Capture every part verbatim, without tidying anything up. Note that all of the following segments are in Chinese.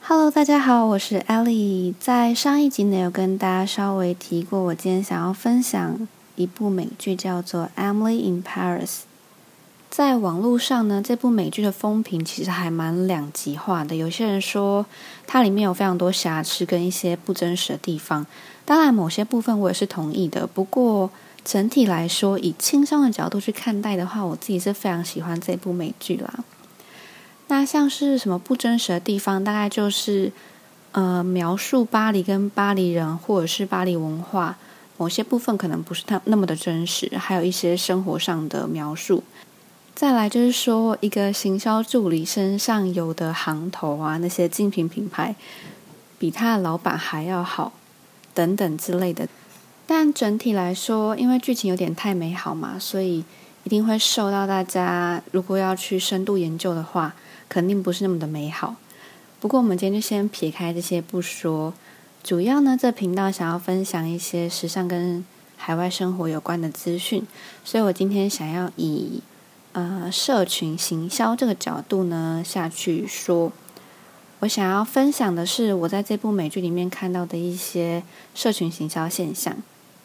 Hello， 大家好，我是 Ellie。在上一集呢，有跟大家稍微提过，我今天想要分享一部美剧，叫做《Emily in Paris》。在网络上呢，这部美剧的风评其实还蛮两极化的。有些人说它里面有非常多瑕疵跟一些不真实的地方，当然某些部分我也是同意的。不过整体来说，以轻松的角度去看待的话，我自己是非常喜欢这部美剧啦。那像是什么不真实的地方，大概就是呃描述巴黎跟巴黎人或者是巴黎文化某些部分可能不是太那么的真实，还有一些生活上的描述。再来就是说一个行销助理身上有的行头啊，那些精品品牌比他的老板还要好等等之类的。但整体来说，因为剧情有点太美好嘛，所以一定会受到大家如果要去深度研究的话，肯定不是那么的美好。不过我们今天就先撇开这些不说，主要呢这频道想要分享一些时尚跟海外生活有关的资讯，所以我今天想要以呃社群行销这个角度呢下去说。我想要分享的是我在这部美剧里面看到的一些社群行销现象。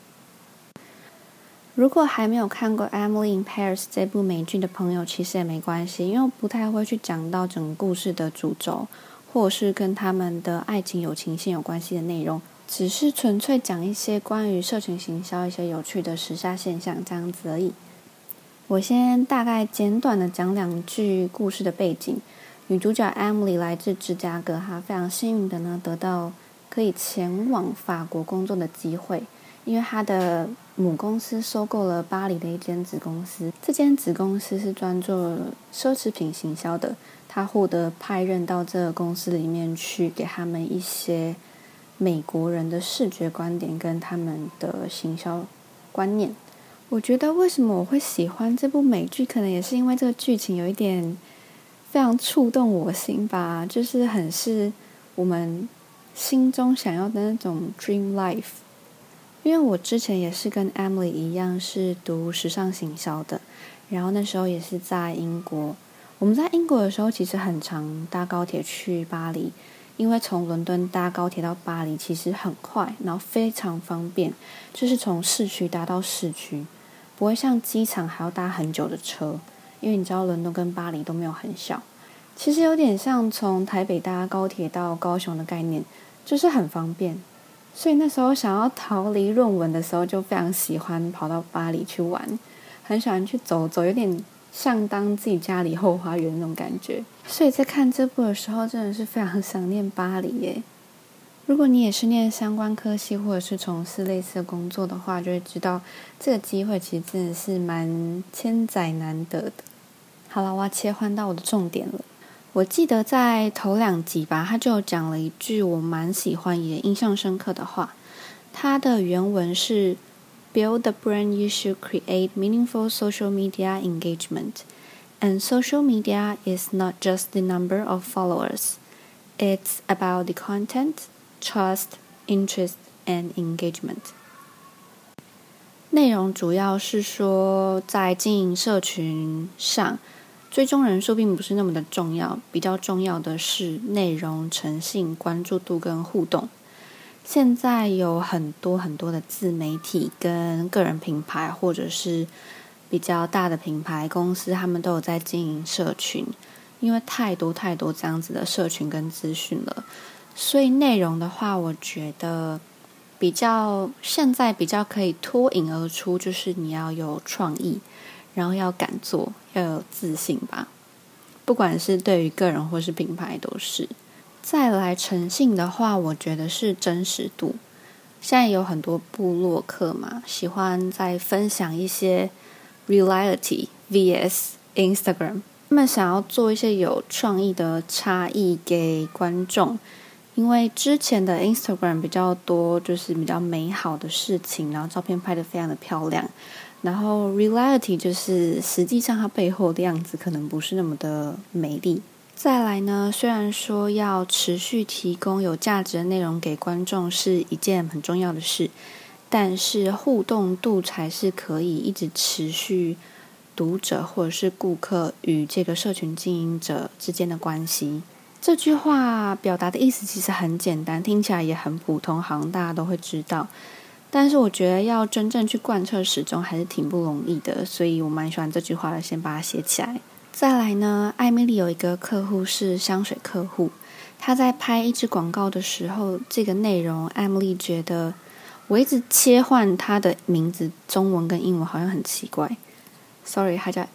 如果还没有看过《Emily in Paris》这部美剧的朋友，其实也没关系，因为我不太会去讲到整个故事的主轴，或者是跟他们的爱情、友情线有关系的内容，只是纯粹讲一些关于社群行销一些有趣的时下现象这样子而已。我先大概简短的讲两句故事的背景。女主角 Emily 来自芝加哥，她非常幸运的呢得到可以前往法国工作的机会。因为他的母公司收购了巴黎的一间子公司，这间子公司是专做奢侈品行销的，他获得派任到这个公司里面去，给他们一些美国人的视觉观点跟他们的行销观念。我觉得为什么我会喜欢这部美剧，可能也是因为这个剧情有一点非常触动我心吧，就是很是我们心中想要的那种 dream life。因为我之前也是跟 Emily 一样是读时尚行销的，然后那时候也是在英国。我们在英国的时候其实很常搭高铁去巴黎，因为从伦敦搭高铁到巴黎其实很快，然后非常方便，就是从市区搭到市区，不会像机场还要搭很久的车，因为你知道伦敦跟巴黎都没有很小，其实有点像从台北搭高铁到高雄的概念，就是很方便。所以那时候想要逃离论文的时候，就非常喜欢跑到巴黎去玩，很喜欢去走走，有点像当自己家里后花园那种感觉。所以在看这部的时候，真的是非常想念巴黎耶。如果你也是念相关科系，或者是从事类似的工作的话，就会知道这个机会其实真的是蛮千载难得的。好了，我要切换到我的重点了。我记得在头两集吧，他就讲了一句我蛮喜欢也印象深刻的话。他的原文是 Build the brand you should create meaningful social media engagement. And social media is not just the number of followers. It's about the content, trust, interest, and engagement. 内容主要是说在经营社群上，追踪人数并不是那么的重要，比较重要的是内容、诚信、关注度跟互动。现在有很多很多的自媒体跟个人品牌，或者是比较大的品牌公司，他们都有在经营社群，因为太多太多这样子的社群跟资讯了，所以内容的话，我觉得比较现在比较可以脱颖而出，就是你要有创意，然后要敢做，要有自信吧，不管是对于个人或是品牌都是。再来诚信的话，我觉得是真实度。现在有很多部落客嘛，喜欢在分享一些 reality vs Instagram， 他们想要做一些有创意的差异给观众。因为之前的 Instagram 比较多就是比较美好的事情，然后照片拍得非常的漂亮，然后 reality 就是实际上它背后的样子可能不是那么的美丽。再来呢，虽然说要持续提供有价值的内容给观众是一件很重要的事，但是互动度才是可以一直持续读者或者是顾客与这个社群经营者之间的关系。 这句话表达的意思其实很简单，听起来也很普通，好像大家都会知道。但是我觉得要真正去贯彻始终还是挺不容易的，所以我蛮喜欢这句话的，先把它写起来。再来呢，艾米丽有一个客户是香水客户，她在拍一支广告的时候，这个内容艾米丽觉得我一直切换她的名字，中文跟英文好像很奇怪。Sorry， 她叫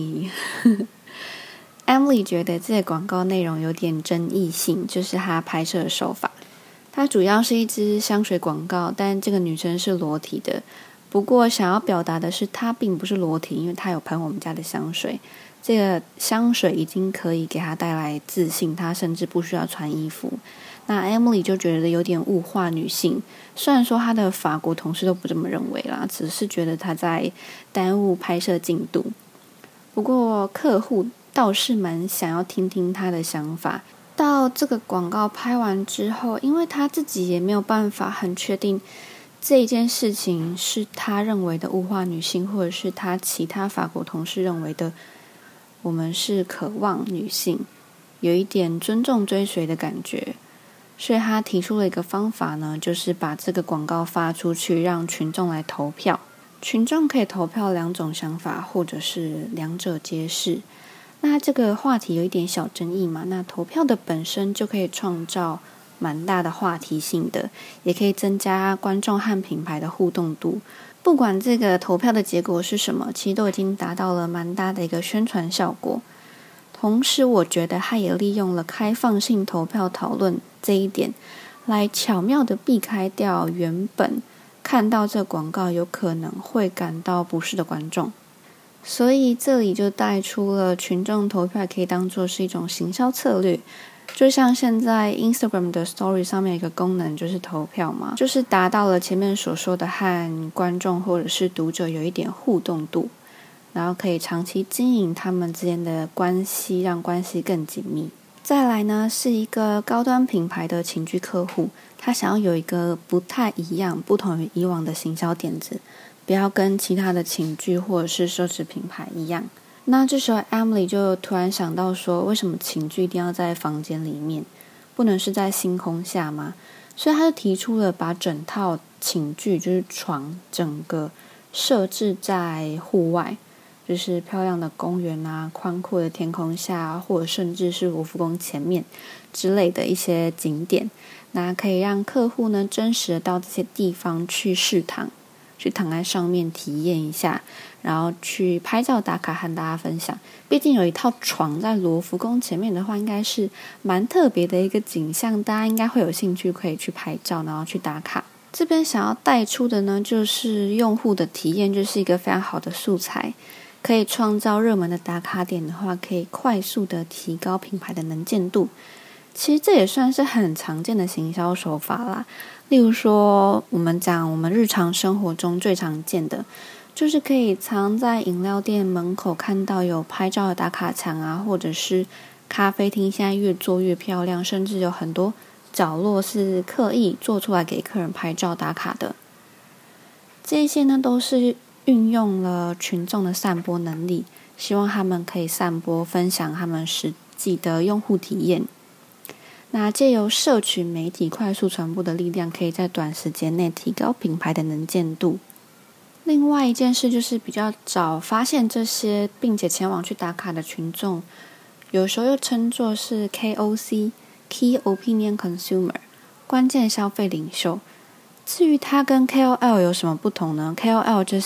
Emily。Emily 觉得这个广告内容有点争议性，就是她拍摄的手法。它主要是一支香水广告，但这个女生是裸体的。不过想要表达的是，她并不是裸体，因为她有喷我们家的香水。这个香水已经可以给她带来自信，她甚至不需要穿衣服。那 Emily 就觉得有点物化女性，虽然说她的法国同事都不这么认为啦，只是觉得她在耽误拍摄进度。不过客户倒是蛮想要听听她的想法。到这个广告拍完之后，因为他自己也没有办法很确定这一件事情是他认为的物化女性，或者是他其他法国同事认为的我们是渴望女性，有一点尊重追随的感觉。所以他提出了一个方法呢，就是把这个广告发出去，让群众来投票。群众可以投票两种想法，或者是两者皆是。那这个话题有一点小争议嘛，那投票的本身就可以创造蛮大的话题性的，也可以增加观众和品牌的互动度。不管这个投票的结果是什么，其实都已经达到了蛮大的一个宣传效果。同时我觉得他也利用了开放性投票讨论这一点，来巧妙的避开掉原本看到这广告有可能会感到不适的观众。所以这里就带出了群众投票可以当作是一种行销策略，就像现在 Instagram 的 Story 上面有一个功能就是投票嘛，就是达到了前面所说的和观众或者是读者有一点互动度，然后可以长期经营他们之间的关系，让关系更紧密。再来呢，是一个高端品牌的寝具客户，他想要有一个不太一样不同于以往的行销点子，不要跟其他的寝具或者是奢侈品牌一样。那这时候 Emily 就突然想到说，为什么寝具一定要在房间里面，不能是在星空下吗？所以他就提出了把整套寝具，就是床，整个设置在户外，就是漂亮的公园啊，宽阔的天空下，或者甚至是罗浮宫前面之类的一些景点，那可以让客户呢真实的到这些地方去试躺，去躺在上面体验一下，然后去拍照打卡和大家分享。毕竟有一套床在罗浮宫前面的话，应该是蛮特别的一个景象，大家应该会有兴趣可以去拍照，然后去打卡。这边想要带出的呢，就是用户的体验就是一个非常好的素材，可以创造热门的打卡点的话，可以快速的提高品牌的能见度。其实这也算是很常见的行销手法啦。例如说，我们讲我们日常生活中最常见的，就是可以常在饮料店门口看到有拍照的打卡墙啊，或者是咖啡厅现在越做越漂亮，甚至有很多角落是刻意做出来给客人拍照打卡的。这些呢，都是运用了群众的散播能力，希望他们可以散播分享他们实际的用户体验。那借由社群媒体快速传播的力量，可以在短时间内提高品牌的能见度。另外一件事就是比较早发现这些并且前往去打卡的群众，有时候又称作是 K O C Key Opinion Consumer 关键消费领袖。至于它跟 K O L 有什么不同呢？ K O L 就是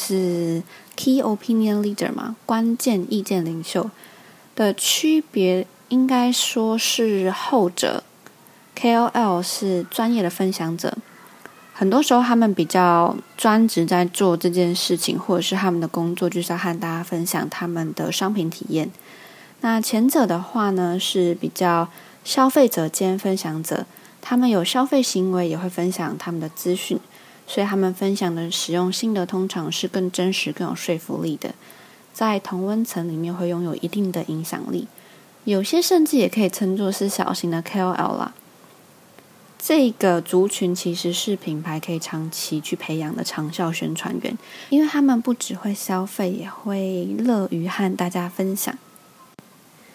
Key Opinion Leader 嘛，关键意见领袖的区别应该说是后者。K O L 是专业的分享者，很多时候他们比较专职在做这件事情，或者是他们的工作就是要和大家分享他们的商品体验。那前者的话呢，是比较消费者兼分享者，他们有消费行为，也会分享他们的资讯，所以他们分享的使用心得通常是更真实更有说服力的，在同温层里面会拥有一定的影响力，有些甚至也可以称作是小型的 K O L 啦。这个族群其实是品牌可以长期去培养的长效宣传员，因为他们不只会消费，也会乐于和大家分享。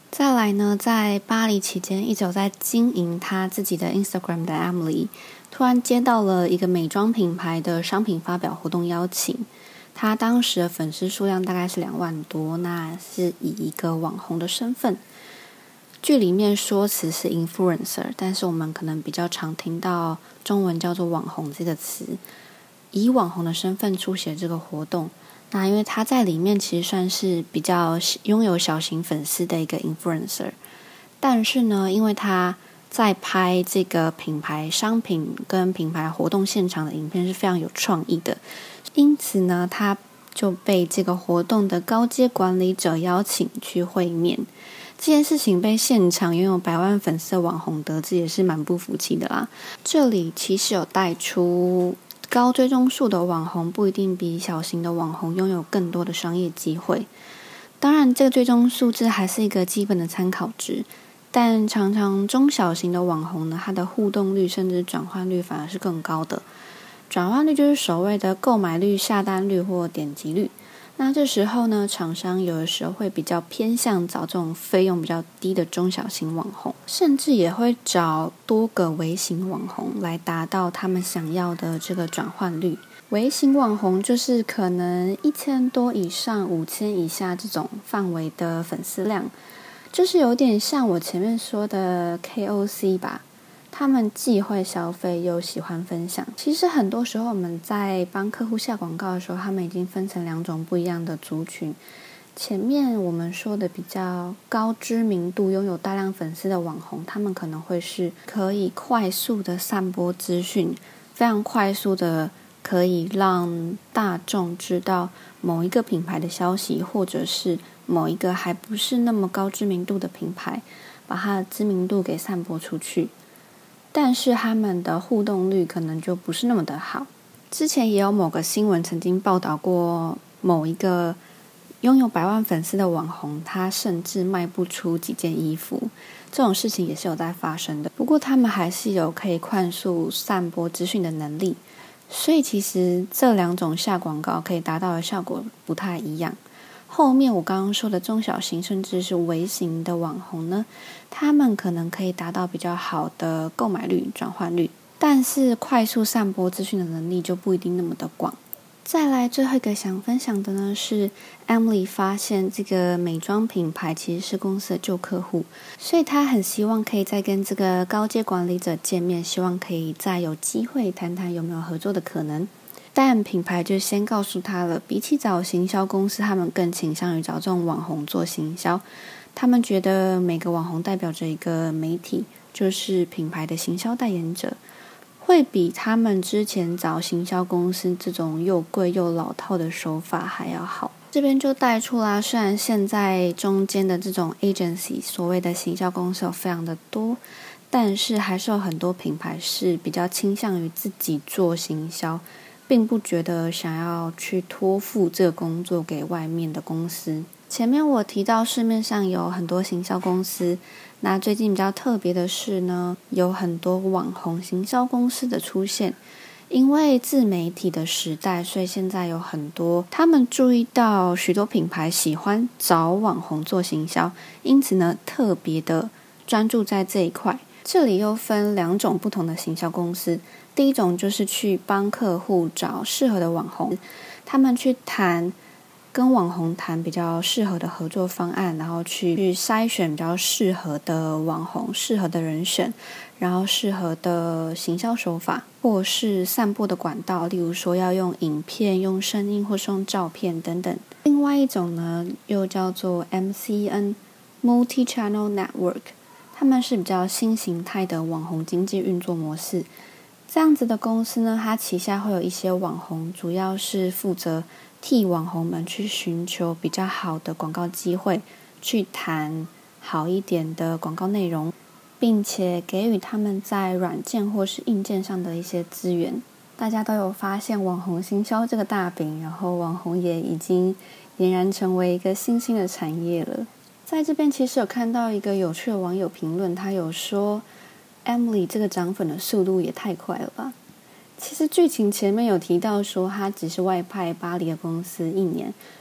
再来呢，在巴黎期间一直有在经营她自己的 Instagram 的 Emily， 突然接到了一个美妆品牌的商品发表活动邀请。她当时的粉丝数量大概是两万多，那是以一个网红的身份。剧里面说词是 influencer， 但是我们可能比较常听到中文叫做网红这个词，以网红的身份出席这个活动。那因为他在里面其实算是比较拥有小型粉丝的一个 influencer， 但是呢，因为他在拍这个品牌商品跟品牌活动现场的影片是非常有创意的，因此呢，他就被这个活动的高阶管理者邀请去会面。这件事情被现场拥有百万粉丝的网红得知，也是蛮不服气的啦。这里其实有带出高追踪数的网红不一定比小型的网红拥有更多的商业机会。当然，这个追踪数字还是一个基本的参考值，但常常中小型的网红呢，它的互动率甚至转换率反而是更高的。转换率就是所谓的购买率、下单率或点击率。那这时候呢，厂商有的时候会比较偏向找这种费用比较低的中小型网红，甚至也会找多个微型网红来达到他们想要的这个转换率。微型网红就是可能一千多以上、五千以下这种范围的粉丝量，就是有点像我前面说的 K O C 吧。他们既会消费又喜欢分享。其实很多时候我们在帮客户下广告的时候，他们已经分成两种不一样的族群。前面我们说的比较高知名度、拥有大量粉丝的网红，他们可能会是可以快速的散播资讯，非常快速的可以让大众知道某一个品牌的消息，或者是某一个还不是那么高知名度的品牌，把它的知名度给散播出去。但是他们的互动率可能就不是那么的好。之前也有某个新闻曾经报道过某一个拥有百万粉丝的网红，他甚至卖不出几件衣服，这种事情也是有在发生的。不过他们还是有可以快速散播资讯的能力，所以其实这两种下广告可以达到的效果不太一样。后面我刚刚说的中小型甚至是微型的网红呢，他们可能可以达到比较好的购买率、转换率，但是快速散播资讯的能力就不一定那么的广。再来最后一个想分享的呢，是 Emily 发现这个美妆品牌其实是公司的旧客户，所以她很希望可以再跟这个高阶管理者见面，希望可以再有机会谈谈有没有合作的可能。但品牌就先告诉他了，比起找行销公司，他们更倾向于找这种网红做行销。他们觉得每个网红代表着一个媒体，就是品牌的行销代言者，会比他们之前找行销公司这种又贵又老套的手法还要好。这边就带出啦，虽然现在中间的这种 agency 所谓的行销公司有非常的多，但是还是有很多品牌是比较倾向于自己做行销，并不觉得想要去托付这个工作给外面的公司。前面我提到市面上有很多行销公司，那最近比较特别的是呢，有很多网红行销公司的出现。因为自媒体的时代，所以现在有很多他们注意到许多品牌喜欢找网红做行销，因此呢特别的专注在这一块。这里又分两种不同的行销公司，第一种就是去帮客户找适合的网红，他们去谈跟网红谈比较适合的合作方案，然后去去筛选比较适合的网红、适合的人选，然后适合的行销手法或是散播的管道，例如说要用影片、用声音或是用照片等等。另外一种呢又叫做 M C N Multi-Channel Network， 他们是比较新形态的网红经济运作模式。这样子的公司呢，它旗下会有一些网红，主要是负责替网红们去寻求比较好的广告机会，去谈好一点的广告内容，并且给予他们在软件或是硬件上的一些资源。大家都有发现网红行销这个大饼，然后网红也已经俨然成为一个新兴的产业了。在这边其实有看到一个有趣的网友评论，他有说 Emily 这个涨粉的速度也太快了吧。其实剧情前面有提到说他只是外派巴黎的公司一年，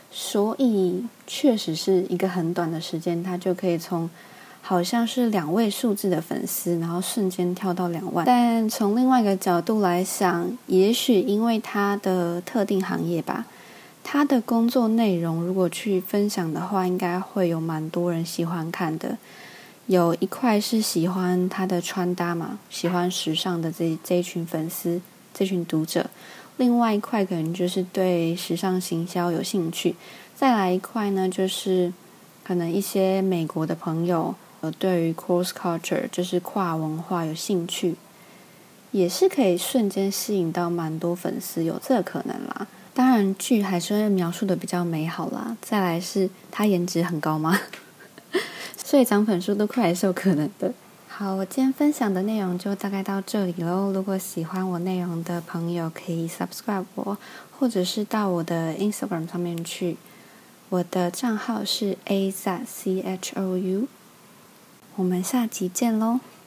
所以确实是一个很短的时间，他就可以从好像是两位数字的粉丝，然后瞬间跳到两万。但从另外一个角度来想，也许因为他的特定行业吧，他的工作内容如果去分享的话，应该会有蛮多人喜欢看的。有一块是喜欢他的穿搭嘛，喜欢时尚的这这一群粉丝，这群读者。另外一块可能就是对时尚行销有兴趣。再来一块呢，就是可能一些美国的朋友呃，对于 cross culture 就是跨文化有兴趣，也是可以瞬间吸引到蛮多粉丝，有这个可能啦。当然剧还是会描述的比较美好啦。再来是他颜值很高吗？所以涨粉数都快还是有可能的。好，我今天分享的内容就大概到这里咯。如果喜欢我内容的朋友可以 subscribe 我，或者是到我的 Instagram 上面去，我的账号是 A Z C H O U。我们下集见咯。